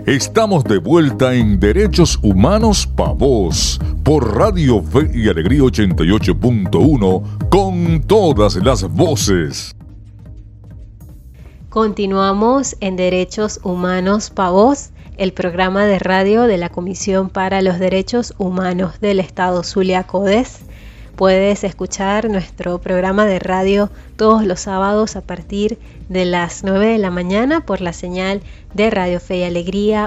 Estamos de vuelta en Derechos Humanos Pa' Vos, por Radio Fe y Alegría 88.1, con todas las voces. Continuamos en Derechos Humanos Pa' Vos, el programa de radio de la Comisión para los Derechos Humanos del Estado Zulia CODES. Puedes escuchar nuestro programa de radio todos los sábados a partir de las 9 de la mañana por la señal de Radio Fe y Alegría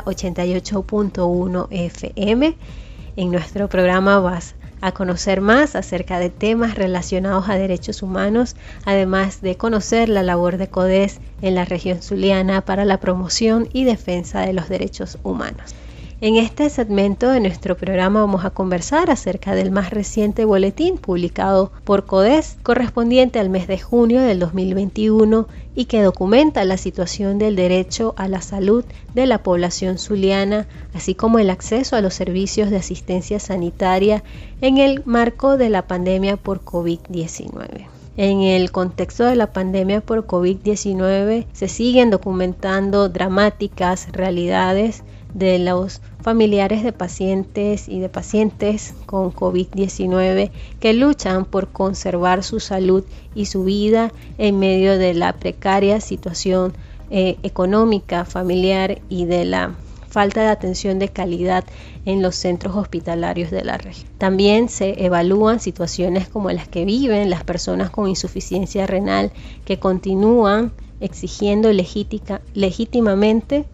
88.1 FM. En nuestro programa vas a conocer más acerca de temas relacionados a derechos humanos, además de conocer la labor de CODES en la región zuliana para la promoción y defensa de los derechos humanos. En este segmento de nuestro programa vamos a conversar acerca del más reciente boletín publicado por CODES correspondiente al mes de junio del 2021 y que documenta la situación del derecho a la salud de la población zuliana, así como el acceso a los servicios de asistencia sanitaria en el marco de la pandemia por COVID-19. En el contexto de la pandemia por COVID-19 se siguen documentando dramáticas realidades de los familiares de pacientes y de pacientes con COVID-19 que luchan por conservar su salud y su vida en medio de la precaria situación económica, familiar y de la falta de atención de calidad en los centros hospitalarios de la región. También se evalúan situaciones como las que viven las personas con insuficiencia renal que continúan exigiendo legítimamente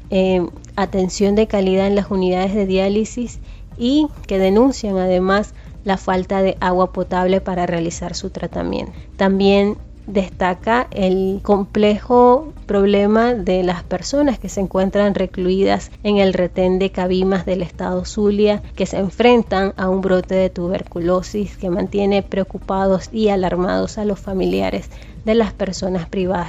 atención de calidad en las unidades de diálisis y que denuncian además la falta de agua potable para realizar su tratamiento. También destaca el complejo problema de las personas que se encuentran recluidas en el retén de Cabimas del estado Zulia, que se enfrentan a un brote de tuberculosis que mantiene preocupados y alarmados a los familiares de las personas privadas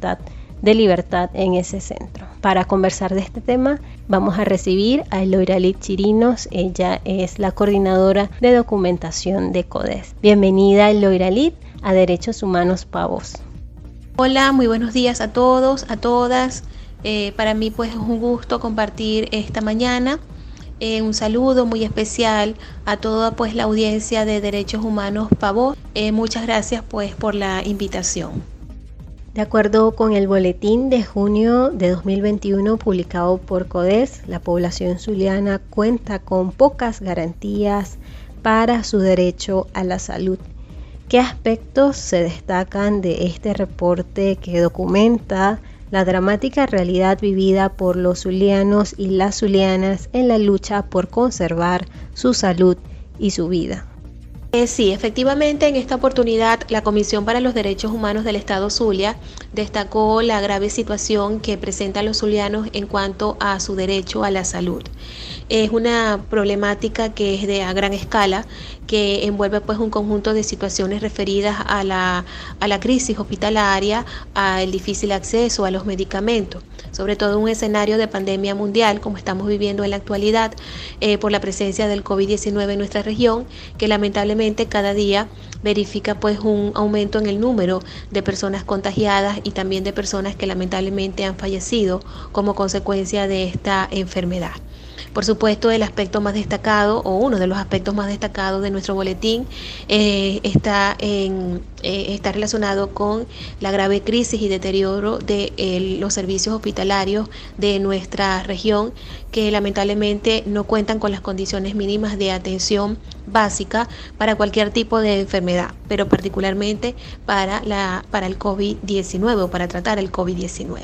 de libertad en ese centro. Para conversar de este tema vamos a recibir a Eloiralit Chirinos. Ella es la coordinadora de documentación de CODES. Bienvenida, Eloiralit, a Derechos Humanos Pa' Vos. Hola, muy buenos días a todos, a todas. Para mí pues es un gusto compartir esta mañana. Un saludo muy especial a toda pues la audiencia de Derechos Humanos Pa' Vos. Muchas gracias pues por la invitación. De acuerdo con el boletín de junio de 2021 publicado por CODES, la población zuliana cuenta con pocas garantías para su derecho a la salud. ¿Qué aspectos se destacan de este reporte que documenta la dramática realidad vivida por los zulianos y las zulianas en la lucha por conservar su salud y su vida? Sí, efectivamente, en esta oportunidad la Comisión para los Derechos Humanos del Estado Zulia destacó la grave situación que presentan los zulianos en cuanto a su derecho a la salud. Es una problemática que es a gran escala, que envuelve pues un conjunto de situaciones referidas a la crisis hospitalaria, al difícil acceso a los medicamentos, sobre todo en un escenario de pandemia mundial como estamos viviendo en la actualidad, por la presencia del COVID-19 en nuestra región, que lamentablemente cada día verifica pues un aumento en el número de personas contagiadas y también de personas que lamentablemente han fallecido como consecuencia de esta enfermedad. Por supuesto, el aspecto más destacado o uno de los aspectos más destacados de nuestro boletín está relacionado con la grave crisis y deterioro de los servicios hospitalarios de nuestra región, que lamentablemente no cuentan con las condiciones mínimas de atención básica para cualquier tipo de enfermedad, pero particularmente para el COVID-19 o para tratar el COVID-19.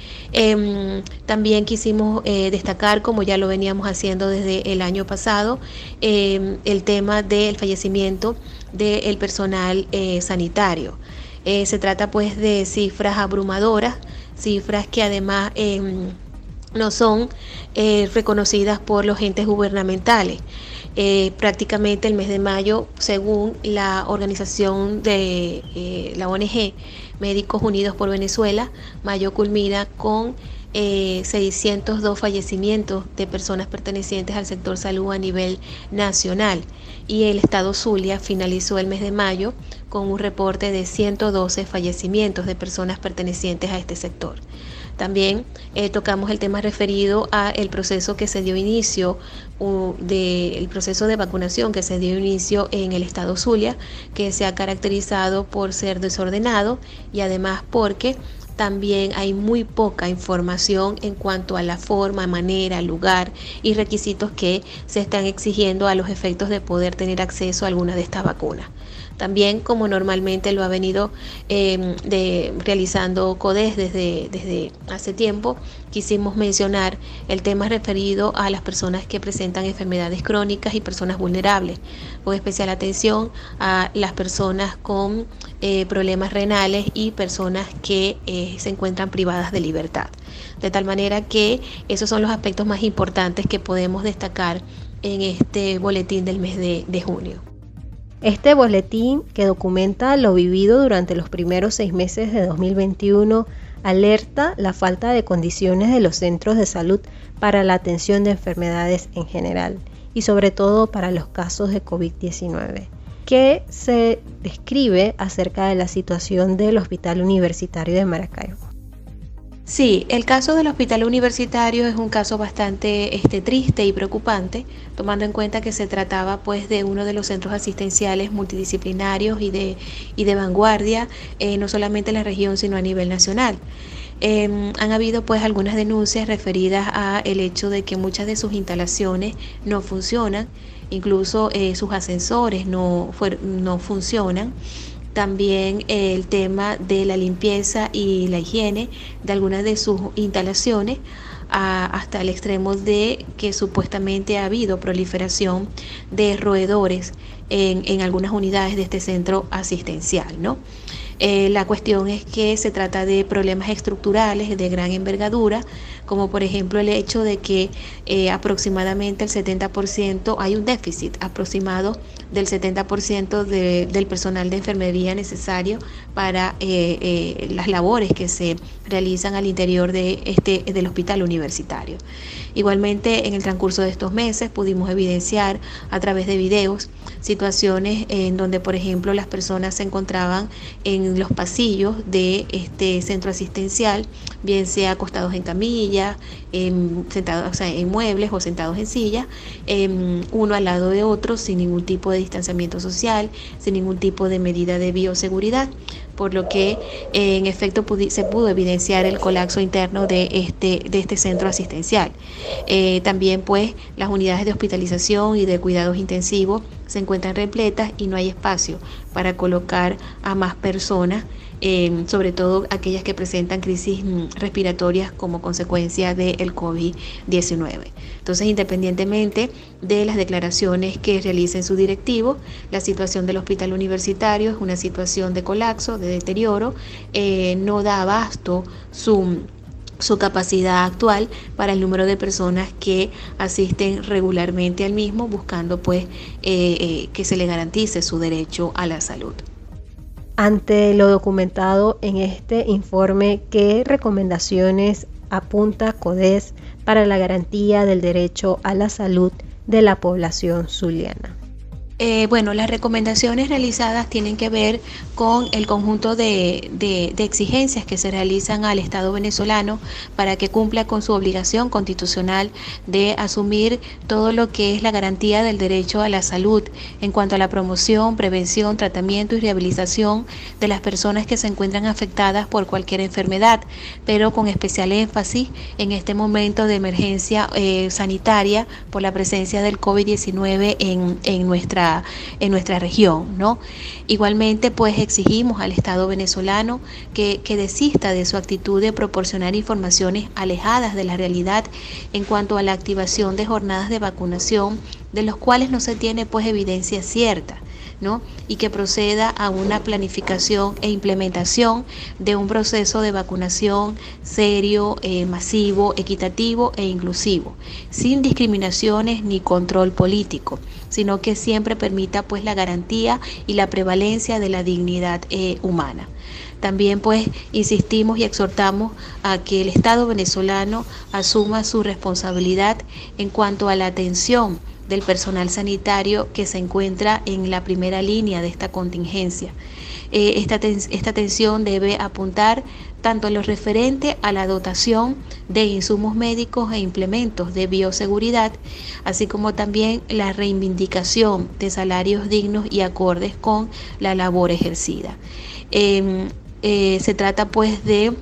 También quisimos destacar, como ya lo veníamos haciendo desde el año pasado, el tema del fallecimiento del personal sanitario. Se trata pues de cifras abrumadoras, cifras que además no son reconocidas por los entes gubernamentales. Prácticamente el mes de mayo, según la organización de la ONG Médicos Unidos por Venezuela, mayo culmina con 602 fallecimientos de personas pertenecientes al sector salud a nivel nacional, y el estado Zulia finalizó el mes de mayo con un reporte de 112 fallecimientos de personas pertenecientes a este sector. También tocamos el tema referido a el proceso que se dio inicio, el proceso de vacunación que se dio inicio en el estado Zulia, que se ha caracterizado por ser desordenado y además porque también hay muy poca información en cuanto a la forma, manera, lugar y requisitos que se están exigiendo a los efectos de poder tener acceso a alguna de estas vacunas. También, como normalmente lo ha venido realizando CODES desde hace tiempo, quisimos mencionar el tema referido a las personas que presentan enfermedades crónicas y personas vulnerables, con especial atención a las personas con problemas renales y personas que se encuentran privadas de libertad. De tal manera que esos son los aspectos más importantes que podemos destacar en este boletín del mes de junio. Este boletín, que documenta lo vivido durante los primeros 6 meses de 2021, alerta la falta de condiciones de los centros de salud para la atención de enfermedades en general y sobre todo para los casos de COVID-19. ¿Qué se describe acerca de la situación del Hospital Universitario de Maracaibo? Sí, el caso del hospital universitario es un caso bastante triste y preocupante, tomando en cuenta que se trataba pues de uno de los centros asistenciales multidisciplinarios y de vanguardia, no solamente en la región sino a nivel nacional. Han habido pues algunas denuncias referidas a el hecho de que muchas de sus instalaciones no funcionan, incluso sus ascensores no funcionan. También el tema de la limpieza y la higiene de algunas de sus instalaciones, hasta el extremo de que supuestamente ha habido proliferación de roedores en algunas unidades de este centro asistencial, ¿no? La cuestión es que se trata de problemas estructurales de gran envergadura, como por ejemplo el hecho de que aproximadamente el 70%, hay un déficit aproximado del 70% del personal de enfermería necesario para las labores que se realizan al interior del hospital universitario. Igualmente, en el transcurso de estos meses pudimos evidenciar a través de videos situaciones en donde, por ejemplo, las personas se encontraban en los pasillos de este centro asistencial, bien sea acostados en camilla, sentados, en muebles o sentados en sillas, uno al lado de otro, sin ningún tipo de distanciamiento social, sin ningún tipo de medida de bioseguridad, por lo que en efecto se pudo evidenciar el colapso interno de este centro asistencial. También pues las unidades de hospitalización y de cuidados intensivos se encuentran repletas y no hay espacio para colocar a más personas, sobre todo aquellas que presentan crisis respiratorias como consecuencia del COVID-19. Entonces, independientemente de las declaraciones que realicen su directivo, la situación del hospital universitario es una situación de colapso, de deterioro, no da abasto su capacidad actual para el número de personas que asisten regularmente al mismo, buscando pues que se le garantice su derecho a la salud. Ante lo documentado en este informe, ¿qué recomendaciones apunta CODES para la garantía del derecho a la salud de la población zuliana? Bueno, las recomendaciones realizadas tienen que ver con el conjunto de exigencias que se realizan al Estado venezolano para que cumpla con su obligación constitucional de asumir todo lo que es la garantía del derecho a la salud en cuanto a la promoción, prevención, tratamiento y rehabilitación de las personas que se encuentran afectadas por cualquier enfermedad, pero con especial énfasis en este momento de emergencia sanitaria por la presencia del COVID-19 en nuestra región, ¿no? Igualmente, pues exigimos al Estado venezolano que desista de su actitud de proporcionar informaciones alejadas de la realidad en cuanto a la activación de jornadas de vacunación, de los cuales no se tiene pues evidencia cierta, ¿no? Y que proceda a una planificación e implementación de un proceso de vacunación serio, masivo, equitativo e inclusivo, sin discriminaciones ni control político, sino que siempre permita pues la garantía y la prevalencia de la dignidad humana. También pues insistimos y exhortamos a que el Estado venezolano asuma su responsabilidad en cuanto a la atención del personal sanitario que se encuentra en la primera línea de esta contingencia. Esta atención debe apuntar tanto en lo referente a la dotación de insumos médicos e implementos de bioseguridad, así como también la reivindicación de salarios dignos y acordes con la labor ejercida. Se trata pues de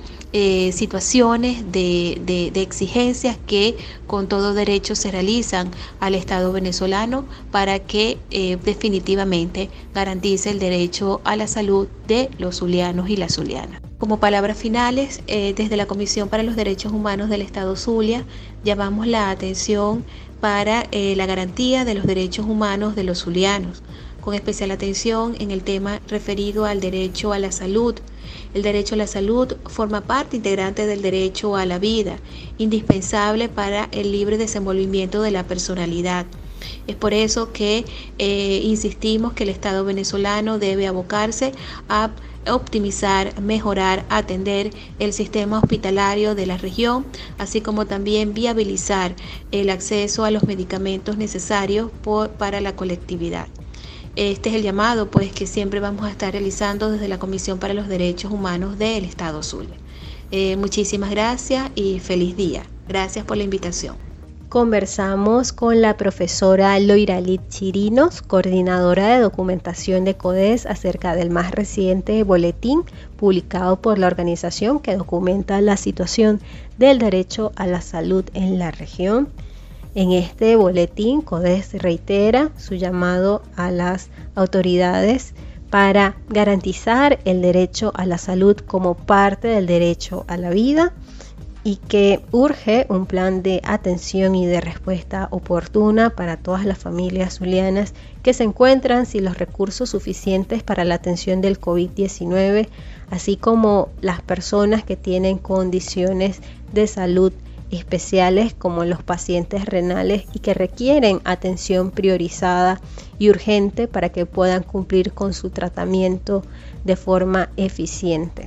situaciones de exigencias que con todo derecho se realizan al Estado venezolano para que definitivamente garantice el derecho a la salud de los zulianos y las zulianas. Como palabras finales, desde la Comisión para los Derechos Humanos del Estado Zulia, llamamos la atención para la garantía de los derechos humanos de los zulianos, con especial atención en el tema referido al derecho a la salud. El derecho a la salud forma parte integrante del derecho a la vida, indispensable para el libre desenvolvimiento de la personalidad. Es por eso que insistimos que el Estado venezolano debe abocarse a optimizar, mejorar, atender el sistema hospitalario de la región, así como también viabilizar el acceso a los medicamentos necesarios para la colectividad. Este es el llamado pues que siempre vamos a estar realizando desde la Comisión para los Derechos Humanos del Estado Zulia. Muchísimas gracias y feliz día. Gracias por la invitación. Conversamos con la profesora Loiralit Chirinos, coordinadora de documentación de CODES, acerca del más reciente boletín publicado por la organización que documenta la situación del derecho a la salud en la región. En este boletín, CODES reitera su llamado a las autoridades para garantizar el derecho a la salud como parte del derecho a la vida y que urge un plan de atención y de respuesta oportuna para todas las familias zulianas que se encuentran sin los recursos suficientes para la atención del COVID-19, así como las personas que tienen condiciones de salud especiales como los pacientes renales y que requieren atención priorizada y urgente para que puedan cumplir con su tratamiento de forma eficiente.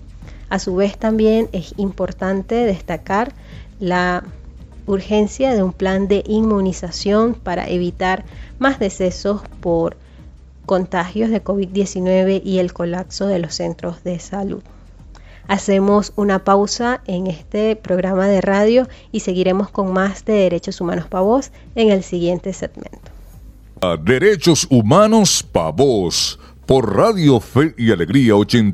A su vez también es importante destacar la urgencia de un plan de inmunización para evitar más decesos por contagios de COVID-19 y el colapso de los centros de salud. Hacemos una pausa en este programa de radio y seguiremos con más de Derechos Humanos Pa' Vos en el siguiente segmento. Derechos Humanos Pa' Vos por Radio Fe y Alegría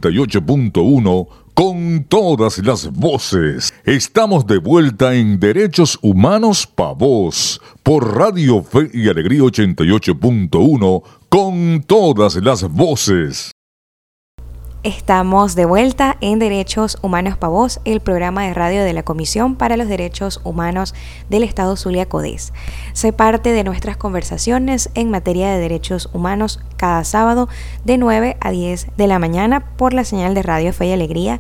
88.1 con todas las voces. Estamos de vuelta en Derechos Humanos Pa' Vos por Radio Fe y Alegría 88.1 con todas las voces. Estamos de vuelta en Derechos Humanos Pa' Vos, el programa de radio de la Comisión para los Derechos Humanos del Estado Zulia CODES. Sé parte de nuestras conversaciones en materia de derechos humanos cada sábado de 9 a 10 de la mañana por la señal de Radio Fe y Alegría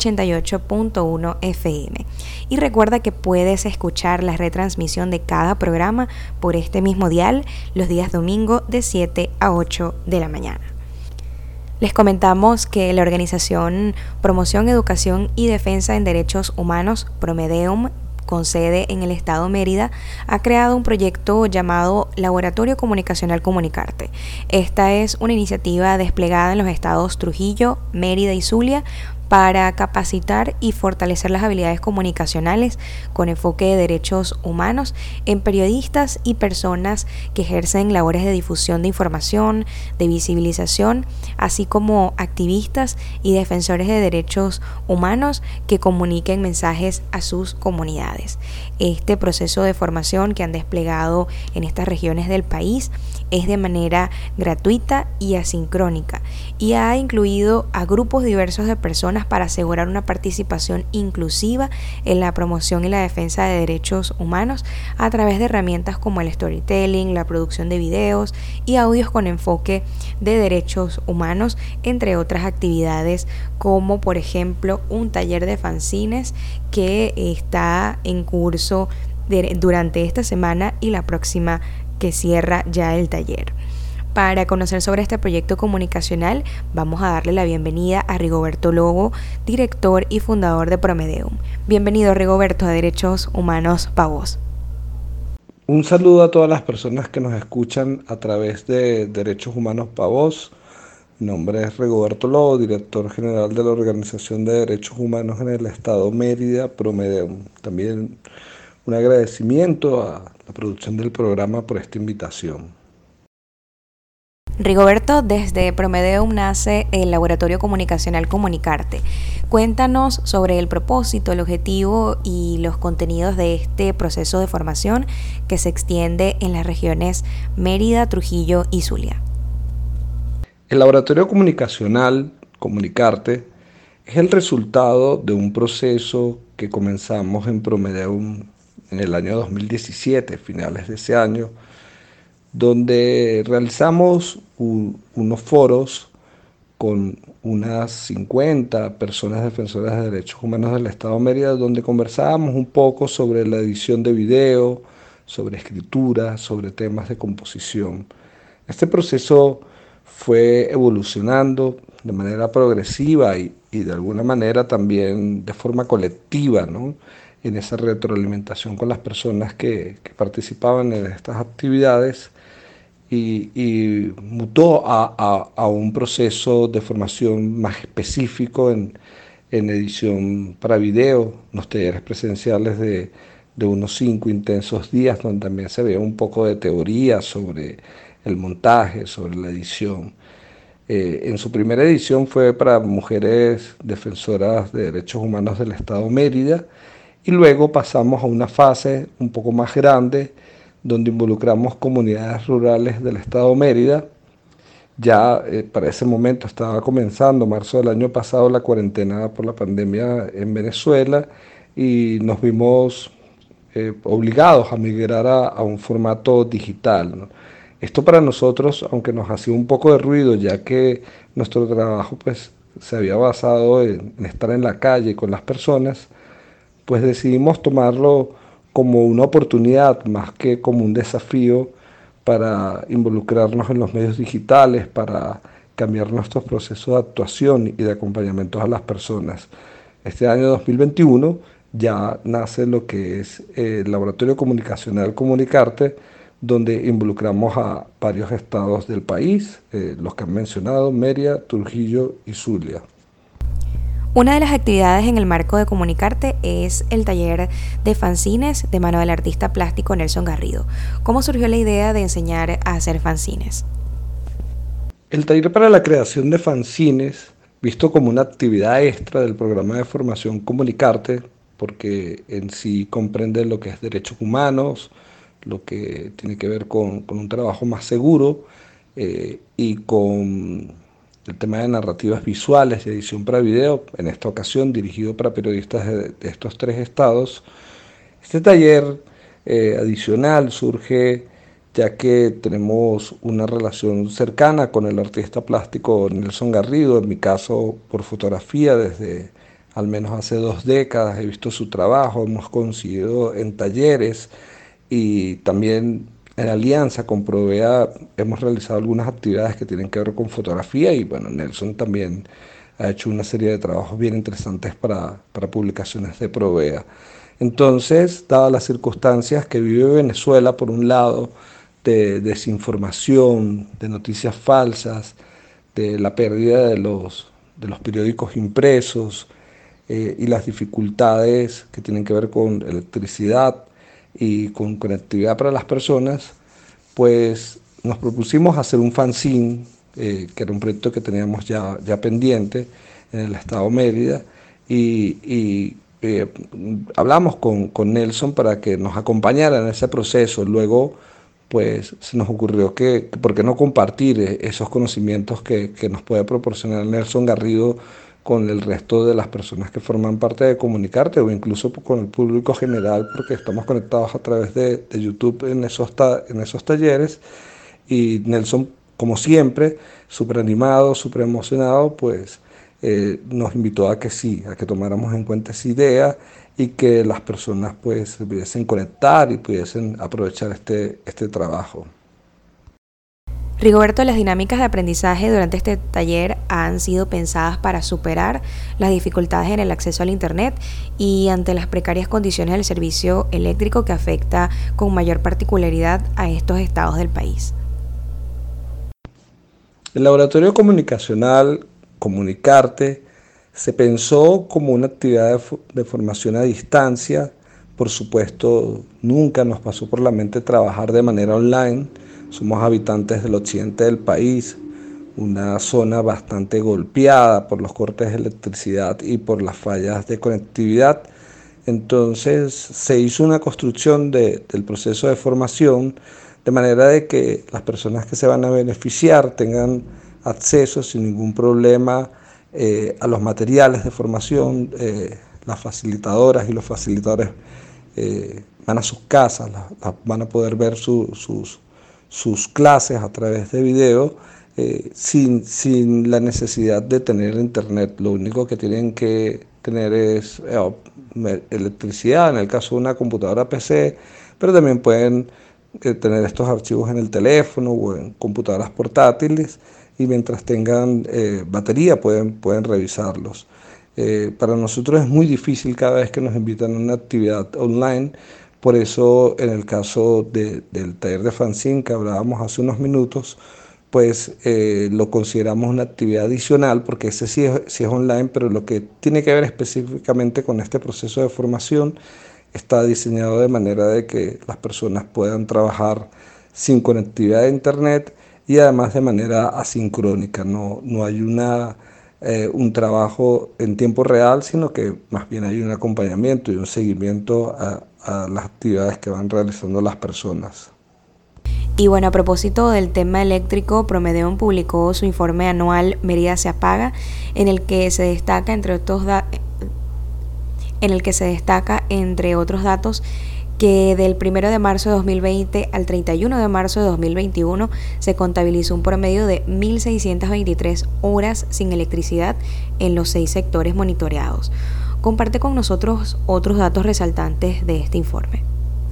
88.1 FM. Y recuerda que puedes escuchar la retransmisión de cada programa por este mismo dial los días domingo de 7 a 8 de la mañana. Les comentamos que la organización Promoción, Educación y Defensa en Derechos Humanos, Promedeum, con sede en el estado Mérida, ha creado un proyecto llamado Laboratorio Comunicacional Comunicarte. Esta es una iniciativa desplegada en los estados Trujillo, Mérida y Zulia para capacitar y fortalecer las habilidades comunicacionales con enfoque de derechos humanos en periodistas y personas que ejercen labores de difusión de información, de visibilización, así como activistas y defensores de derechos humanos que comuniquen mensajes a sus comunidades. Este proceso de formación que han desplegado en estas regiones del país es de manera gratuita y asincrónica y ha incluido a grupos diversos de personas para asegurar una participación inclusiva en la promoción y la defensa de derechos humanos a través de herramientas como el storytelling, la producción de videos y audios con enfoque de derechos humanos, entre otras actividades como por ejemplo un taller de fanzines que está en curso durante esta semana y la próxima que cierra ya el taller. Para conocer sobre este proyecto comunicacional, vamos a darle la bienvenida a Rigoberto Lobo, director y fundador de Promedeum. Bienvenido, Rigoberto, a Derechos Humanos Pa' Vos. Un saludo a todas las personas que nos escuchan a través de Derechos Humanos Pa' Vos. Mi nombre es Rigoberto Lobo, director general de la Organización de Derechos Humanos en el Estado Mérida, Promedeum. También un agradecimiento a la producción del programa por esta invitación. Rigoberto, desde Promedeum nace el Laboratorio Comunicacional Comunicarte. Cuéntanos sobre el propósito, el objetivo y los contenidos de este proceso de formación que se extiende en las regiones Mérida, Trujillo y Zulia. El Laboratorio Comunicacional Comunicarte es el resultado de un proceso que comenzamos en Promedeum en el año 2017, finales de ese año, donde realizamos unos foros con unas 50 personas defensoras de derechos humanos del Estado Mérida, donde conversábamos un poco sobre la edición de video, sobre escritura, sobre temas de composición. Este proceso fue evolucionando de manera progresiva y de alguna manera también de forma colectiva, ¿no?, en esa retroalimentación con las personas que participaban en estas actividades. Y mutó a un proceso de formación más específico en edición para video, unos talleres presenciales de unos 5 intensos días, donde también se veía un poco de teoría sobre el montaje, sobre la edición. En su primera edición fue para mujeres defensoras de derechos humanos del Estado Mérida, y luego pasamos a una fase un poco más grande, donde involucramos comunidades rurales del Estado Mérida. Ya para ese momento estaba comenzando, marzo del año pasado, la cuarentena por la pandemia en Venezuela, y nos vimos obligados a migrar a un formato digital, ¿no? Esto para nosotros, aunque nos hacía un poco de ruido, ya que nuestro trabajo pues, se había basado en estar en la calle con las personas, pues decidimos tomarlo como una oportunidad más que como un desafío para involucrarnos en los medios digitales, para cambiar nuestros procesos de actuación y de acompañamiento a las personas. Este año 2021 ya nace lo que es el Laboratorio Comunicacional Comunicarte, donde involucramos a varios estados del país, los que han mencionado, Mérida, Trujillo y Zulia. Una de las actividades en el marco de Comunicarte es el taller de fanzines de mano del artista plástico Nelson Garrido. ¿Cómo surgió la idea de enseñar a hacer fanzines? El taller para la creación de fanzines, visto como una actividad extra del programa de formación Comunicarte, porque en sí comprende lo que es derechos humanos, lo que tiene que ver con un trabajo más seguro y con el tema de narrativas visuales y edición para video, en esta ocasión dirigido para periodistas de estos 3 estados. Este taller adicional surge ya que tenemos una relación cercana con el artista plástico Nelson Garrido, en mi caso por fotografía desde al menos hace 2 décadas, he visto su trabajo, hemos coincidido en talleres y también en alianza con Provea hemos realizado algunas actividades que tienen que ver con fotografía y bueno, Nelson también ha hecho una serie de trabajos bien interesantes para publicaciones de Provea. Entonces, dadas las circunstancias que vive Venezuela, por un lado, de desinformación, de noticias falsas, de la pérdida de los periódicos impresos y las dificultades que tienen que ver con electricidad y con conectividad para las personas, pues nos propusimos hacer un fanzine, que era un proyecto que teníamos ya pendiente en el Estado Mérida, y hablamos con Nelson para que nos acompañara en ese proceso. Luego pues se nos ocurrió que por qué no compartir esos conocimientos que nos puede proporcionar Nelson Garrido con el resto de las personas que forman parte de Comunicarte o incluso con el público general, porque estamos conectados a través de YouTube en esos talleres. Y Nelson, como siempre, súper animado, súper emocionado, pues nos invitó a que sí, a que tomáramos en cuenta esa idea y que las personas pues se pudiesen conectar y pudiesen aprovechar este trabajo. Rigoberto, las dinámicas de aprendizaje durante este taller han sido pensadas para superar las dificultades en el acceso al Internet y ante las precarias condiciones del servicio eléctrico que afecta con mayor particularidad a estos estados del país. El laboratorio comunicacional Comunicarte se pensó como una actividad de formación a distancia. Por supuesto, nunca nos pasó por la mente trabajar de manera online. Somos habitantes del occidente del país, una zona bastante golpeada por los cortes de electricidad y por las fallas de conectividad. Entonces se hizo una construcción del proceso de formación de manera de que las personas que se van a beneficiar tengan acceso sin ningún problema a los materiales de formación. Las facilitadoras y los facilitadores van a sus casas, van a poder ver sus clases a través de video sin la necesidad de tener internet. Lo único que tienen que tener es electricidad, en el caso de una computadora PC, pero también pueden tener estos archivos en el teléfono o en computadoras portátiles, y mientras tengan batería pueden revisarlos. Para nosotros es muy difícil cada vez que nos invitan a una actividad online. Por eso, en el caso del taller de fanzine que hablábamos hace unos minutos, pues lo consideramos una actividad adicional, porque ese sí es online, pero lo que tiene que ver específicamente con este proceso de formación está diseñado de manera de que las personas puedan trabajar sin conectividad de internet y además de manera asincrónica. No hay un trabajo en tiempo real, sino que más bien hay un acompañamiento y un seguimiento a las actividades que van realizando las personas. Y bueno, a propósito del tema eléctrico, Promedeum publicó su informe anual Mérida se apaga, en el que se destaca entre otros datos que del 1 de marzo de 2020 al 31 de marzo de 2021 se contabilizó un promedio de 1.623 horas sin electricidad en los 6 sectores monitoreados. Comparte con nosotros otros datos resaltantes de este informe.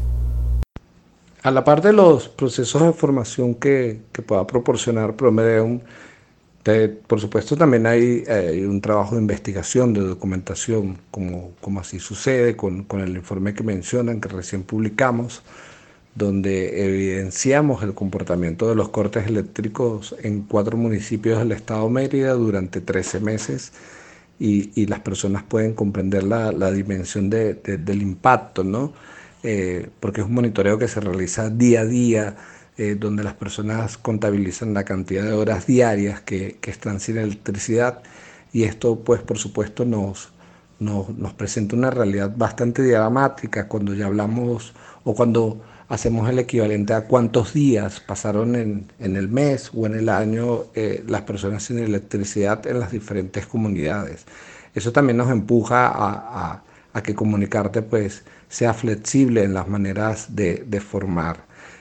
A la par de los procesos de formación que pueda proporcionar Promedeum, por supuesto también hay un trabajo de investigación, de documentación, como así sucede con el informe que mencionan, que recién publicamos, donde evidenciamos el comportamiento de los cortes eléctricos en 4 municipios del estado Mérida durante 13 meses, y las personas pueden comprender la dimensión del impacto, ¿no? Porque es un monitoreo que se realiza día a día, donde las personas contabilizan la cantidad de horas diarias que están sin electricidad, y esto pues por supuesto nos presenta una realidad bastante dramática cuando ya hablamos o cuando hacemos el equivalente a cuántos días pasaron en el mes o en el año las personas sin electricidad en las diferentes comunidades. Eso también nos empuja a que Comunicarte pues sea flexible en las maneras de formar.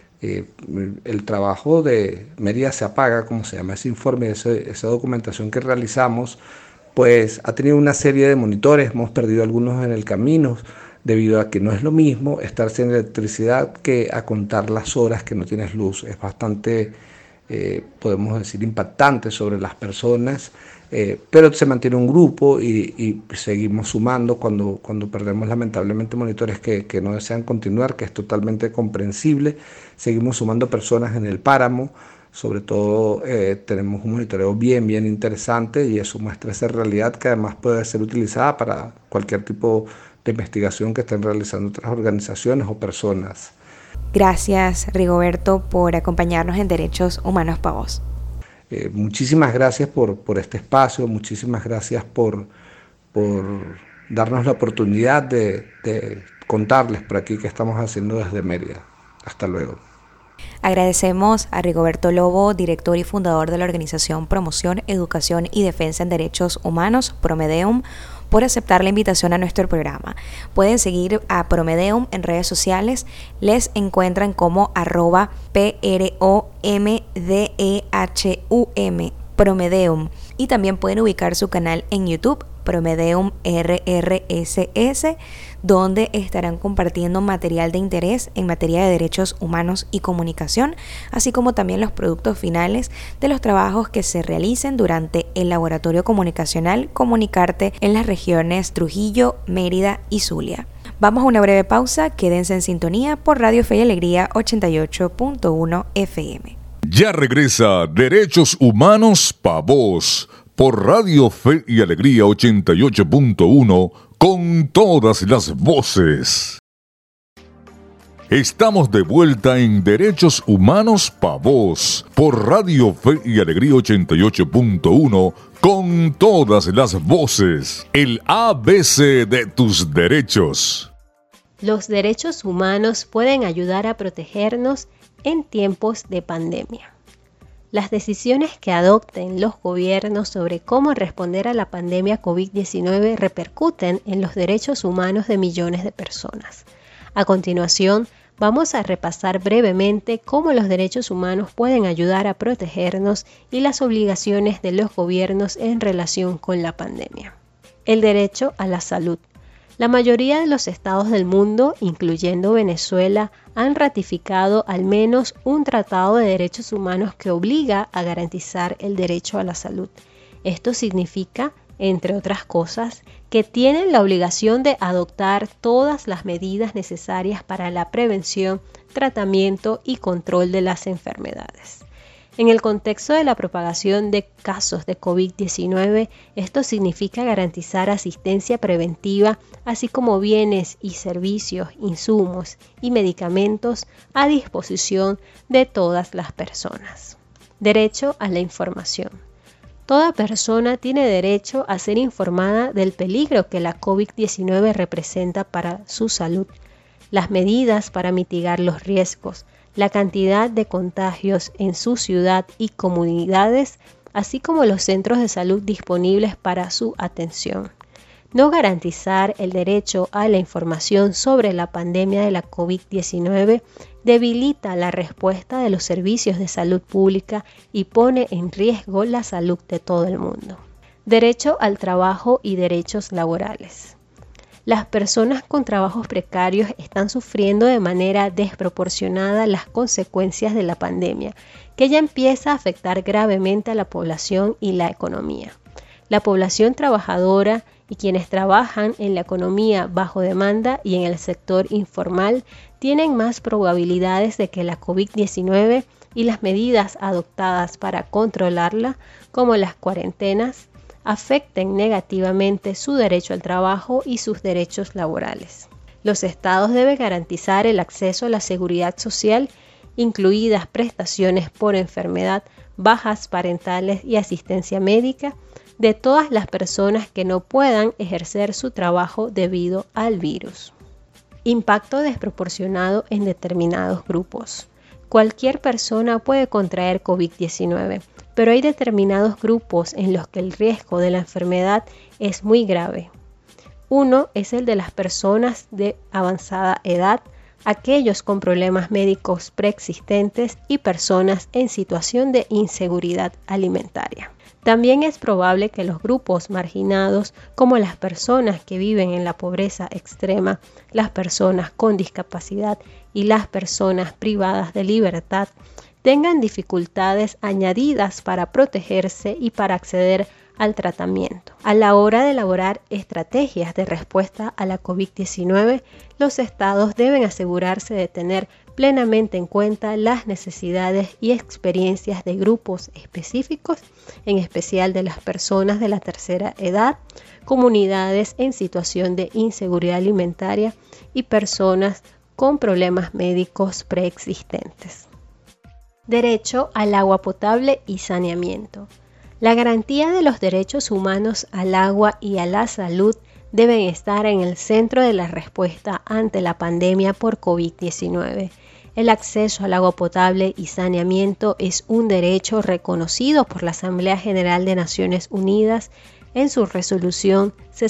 El trabajo de Mérida se apaga, como se llama ese informe, esa documentación que realizamos, pues ha tenido una serie de monitores. Hemos perdido algunos en el camino, debido a que no es lo mismo estar sin electricidad que a contar las horas que no tienes luz. Es bastante, podemos decir, impactante sobre las personas, pero se mantiene un grupo y seguimos sumando cuando perdemos lamentablemente monitores que no desean continuar, que es totalmente comprensible. Seguimos sumando personas en el páramo. Sobre todo tenemos un monitoreo bien interesante, y eso muestra esa realidad que además puede ser utilizada para cualquier tipo de investigación que estén realizando otras organizaciones o personas. Gracias, Rigoberto, por acompañarnos en Derechos Humanos para Vos. Muchísimas gracias por este espacio, muchísimas gracias por darnos la oportunidad de contarles por aquí qué estamos haciendo desde Mérida. Hasta luego. Agradecemos a Rigoberto Lobo, director y fundador de la organización Promoción, Educación y Defensa en Derechos Humanos, Promedeum, por aceptar la invitación a nuestro programa. Pueden seguir a Promedeum en redes sociales. Les encuentran como @PROMDEHUM, Promedeum. Y también pueden ubicar su canal en YouTube, Promedeum RRSS, donde estarán compartiendo material de interés en materia de derechos humanos y comunicación, así como también los productos finales de los trabajos que se realicen durante el laboratorio comunicacional Comunicarte en las regiones Trujillo, Mérida y Zulia. Vamos a una breve pausa, quédense en sintonía por Radio Fe y Alegría 88.1 FM. Ya regresa Derechos Humanos Pa' Vos por Radio Fe y Alegría 88.1 con todas las voces. Estamos de vuelta en Derechos Humanos Pa' Vos por Radio Fe y Alegría 88.1 con todas las voces. El ABC de tus derechos. Los derechos humanos pueden ayudar a protegernos en tiempos de pandemia. Las decisiones que adopten los gobiernos sobre cómo responder a la pandemia COVID-19 repercuten en los derechos humanos de millones de personas. A continuación, vamos a repasar brevemente cómo los derechos humanos pueden ayudar a protegernos y las obligaciones de los gobiernos en relación con la pandemia. El derecho a la salud. La mayoría de los estados del mundo, incluyendo Venezuela, han ratificado al menos un tratado de derechos humanos que obliga a garantizar el derecho a la salud. Esto significa, entre otras cosas, que tienen la obligación de adoptar todas las medidas necesarias para la prevención, tratamiento y control de las enfermedades. En el contexto de la propagación de casos de COVID-19, esto significa garantizar asistencia preventiva, así como bienes y servicios, insumos y medicamentos a disposición de todas las personas. Derecho a la información. Toda persona tiene derecho a ser informada del peligro que la COVID-19 representa para su salud, las medidas para mitigar los riesgos, la cantidad de contagios en su ciudad y comunidades, así como los centros de salud disponibles para su atención. No garantizar el derecho a la información sobre la pandemia de la COVID-19 debilita la respuesta de los servicios de salud pública y pone en riesgo la salud de todo el mundo. Derecho al trabajo y derechos laborales. Las personas con trabajos precarios están sufriendo de manera desproporcionada las consecuencias de la pandemia, que ya empieza a afectar gravemente a la población y la economía. La población trabajadora y quienes trabajan en la economía bajo demanda y en el sector informal tienen más probabilidades de que la COVID-19 y las medidas adoptadas para controlarla, como las cuarentenas, afecten negativamente su derecho al trabajo y sus derechos laborales. Los estados deben garantizar el acceso a la seguridad social, incluidas prestaciones por enfermedad, bajas parentales y asistencia médica, de todas las personas que no puedan ejercer su trabajo debido al virus. Impacto desproporcionado en determinados grupos. Cualquier persona puede contraer COVID-19, pero hay determinados grupos en los que el riesgo de la enfermedad es muy grave. Uno es el de las personas de avanzada edad, aquellos con problemas médicos preexistentes y personas en situación de inseguridad alimentaria. También es probable que los grupos marginados, como las personas que viven en la pobreza extrema, las personas con discapacidad y las personas privadas de libertad, tengan dificultades añadidas para protegerse y para acceder al tratamiento. A la hora de elaborar estrategias de respuesta a la COVID-19, los estados deben asegurarse de tener plenamente en cuenta las necesidades y experiencias de grupos específicos, en especial de las personas de la tercera edad, comunidades en situación de inseguridad alimentaria y personas con problemas médicos preexistentes. Derecho al agua potable y saneamiento. La garantía de los derechos humanos al agua y a la salud deben estar en el centro de la respuesta ante la pandemia por COVID-19. El acceso al agua potable y saneamiento es un derecho reconocido por la Asamblea General de Naciones Unidas en su resolución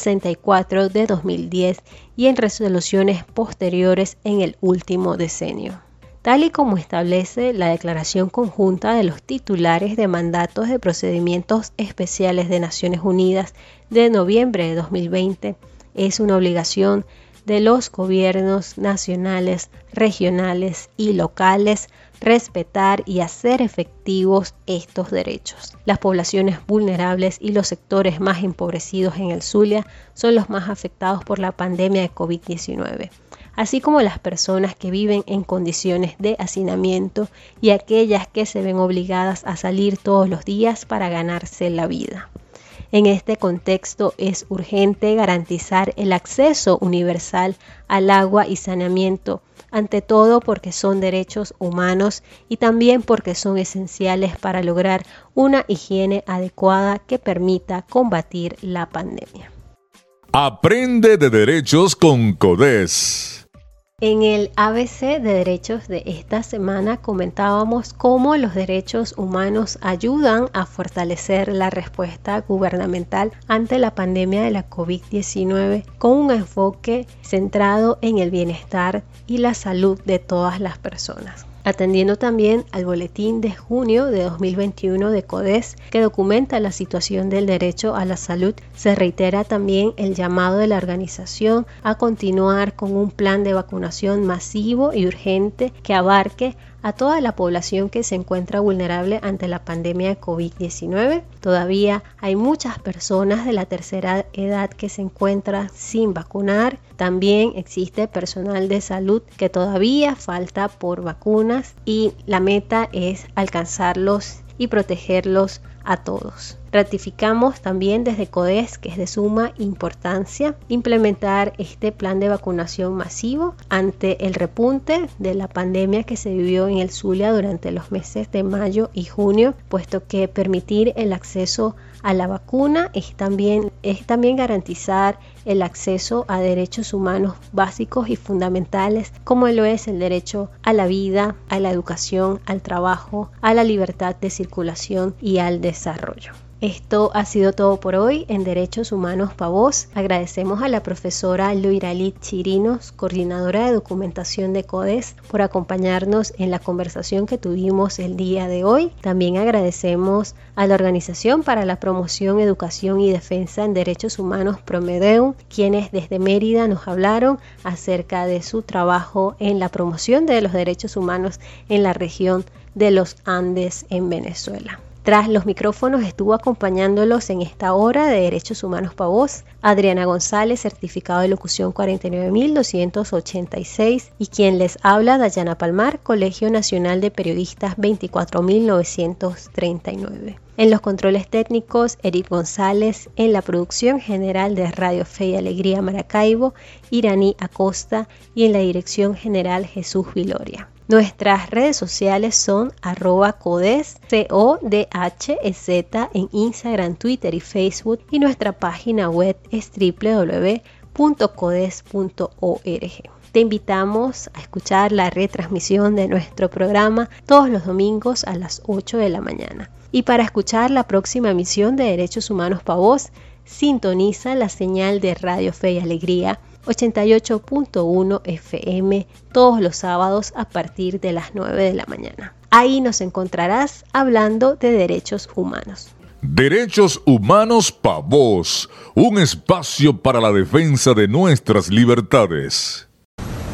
64 de 2010 y en resoluciones posteriores en el último decenio. Tal y como establece la Declaración Conjunta de los Titulares de Mandatos de Procedimientos Especiales de Naciones Unidas de noviembre de 2020, es una obligación de los gobiernos nacionales, regionales y locales respetar y hacer efectivos estos derechos. Las poblaciones vulnerables y los sectores más empobrecidos en el Zulia son los más afectados por la pandemia de COVID-19. así como las personas que viven en condiciones de hacinamiento y aquellas que se ven obligadas a salir todos los días para ganarse la vida. En este contexto es urgente garantizar el acceso universal al agua y saneamiento, ante todo porque son derechos humanos y también porque son esenciales para lograr una higiene adecuada que permita combatir la pandemia. Aprende de derechos con CODES. En el ABC de derechos de esta semana comentábamos cómo los derechos humanos ayudan a fortalecer la respuesta gubernamental ante la pandemia de la COVID-19 con un enfoque centrado en el bienestar y la salud de todas las personas. Atendiendo también al boletín de junio de 2021 de CODES, que documenta la situación del derecho a la salud, se reitera también el llamado de la organización a continuar con un plan de vacunación masivo y urgente que abarque a toda la población que se encuentra vulnerable ante la pandemia de COVID-19. Todavía hay muchas personas de la tercera edad que se encuentran sin vacunar. También existe personal de salud que todavía falta por vacunas y la meta es alcanzarlos y protegerlos a todos. Ratificamos también desde CODES que es de suma importancia implementar este plan de vacunación masivo ante el repunte de la pandemia que se vivió en el Zulia durante los meses de mayo y junio, puesto que permitir el acceso a la vacuna es también garantizar el acceso a derechos humanos básicos y fundamentales, como lo es el derecho a la vida, a la educación, al trabajo, a la libertad de circulación y al desarrollo. Esto ha sido todo por hoy en Derechos Humanos Pavós. Agradecemos a la profesora Loiralit Chirinos, coordinadora de documentación de CODES, por acompañarnos en la conversación que tuvimos el día de hoy. También agradecemos a la Organización para la Promoción, Educación y Defensa en Derechos Humanos Promedeum, quienes desde Mérida nos hablaron acerca de su trabajo en la promoción de los derechos humanos en la región de los Andes en Venezuela. Tras los micrófonos estuvo acompañándolos en esta hora de Derechos Humanos Pavós Adriana González, certificado de locución 49286, y quien les habla, Dayana Palmar, Colegio Nacional de Periodistas 24939. En los controles técnicos, Eric González. En la producción general de Radio Fe y Alegría Maracaibo, Iraní Acosta. Y en la dirección general, Jesús Viloria. Nuestras redes sociales son @CODES, CODHEZ en Instagram, Twitter y Facebook, y nuestra página web es www.codes.org. Te invitamos a escuchar la retransmisión de nuestro programa todos los domingos a las 8 de la mañana. Y para escuchar la próxima emisión de Derechos Humanos Pavós, sintoniza la señal de Radio Fe y Alegría 88.1 FM todos los sábados a partir de las 9 de la mañana. Ahí nos encontrarás hablando de derechos humanos. Derechos Humanos Pavós, un espacio para la defensa de nuestras libertades.